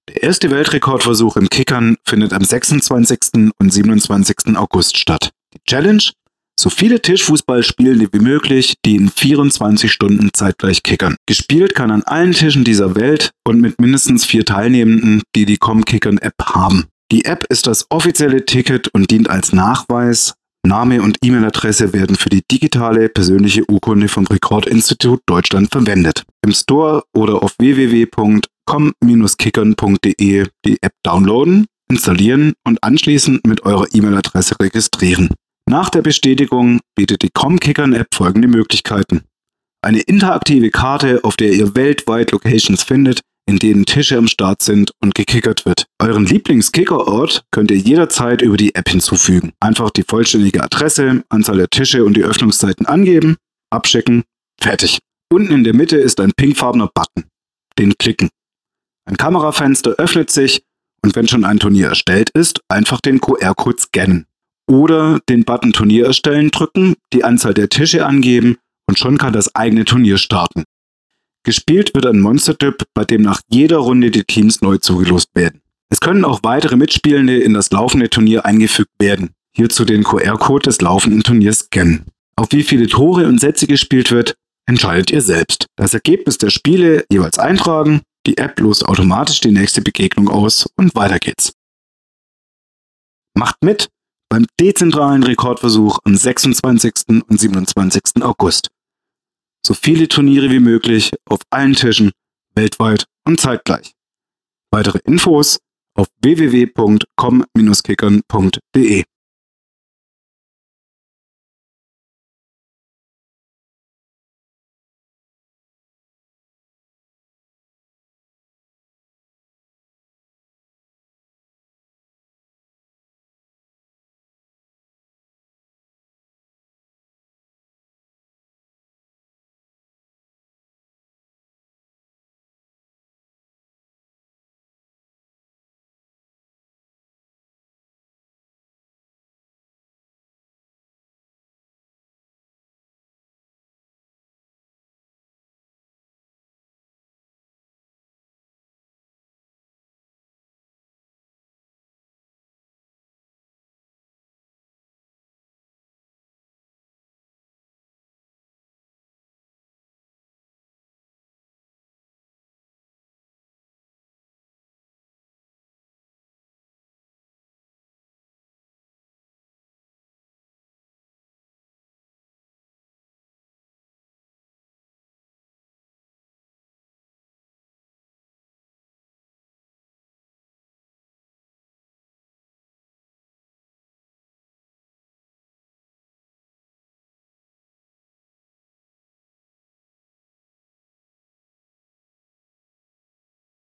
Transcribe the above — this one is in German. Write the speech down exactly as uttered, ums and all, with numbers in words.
Der erste Weltrekordversuch im Kickern findet am sechsundzwanzigsten und siebenundzwanzigsten August statt. Die Challenge? So viele Tischfußballspielende wie möglich, die in vierundzwanzig Stunden zeitgleich kickern. Gespielt kann an allen Tischen dieser Welt und mit mindestens vier Teilnehmenden, die die ComKickern-App haben. Die App ist das offizielle Ticket und dient als Nachweis. Name und E-Mail-Adresse werden für die digitale persönliche Urkunde vom Rekordinstitut Deutschland verwendet. Im Store oder auf w w w punkt com Bindestrich kickern punkt de die App downloaden, installieren und anschließend mit eurer E-Mail-Adresse registrieren. Nach der Bestätigung bietet die ComKickern-App folgende Möglichkeiten. Eine interaktive Karte, auf der ihr weltweit Locations findet, in denen Tische am Start sind und gekickert wird. Euren Lieblingskickerort könnt ihr jederzeit über die App hinzufügen. Einfach die vollständige Adresse, Anzahl der Tische und die Öffnungszeiten angeben, abschicken, fertig. Unten in der Mitte ist ein pinkfarbener Button. Den klicken. Ein Kamerafenster öffnet sich und wenn schon ein Turnier erstellt ist, einfach den Q R-Code scannen. Oder den Button Turnier erstellen drücken, die Anzahl der Tische angeben und schon kann das eigene Turnier starten. Gespielt wird ein Monster-Dip, bei dem nach jeder Runde die Teams neu zugelost werden. Es können auch weitere Mitspielende in das laufende Turnier eingefügt werden. Hierzu den Q R-Code des laufenden Turniers scannen. Auf wie viele Tore und Sätze gespielt wird, entscheidet ihr selbst. Das Ergebnis der Spiele jeweils eintragen, die App lost automatisch die nächste Begegnung aus und weiter geht's. Macht mit beim dezentralen Rekordversuch am sechsundzwanzigsten und siebenundzwanzigsten August. So viele Turniere wie möglich auf allen Tischen, weltweit und zeitgleich. Weitere Infos auf w w w punkt com Bindestrich kickern punkt de.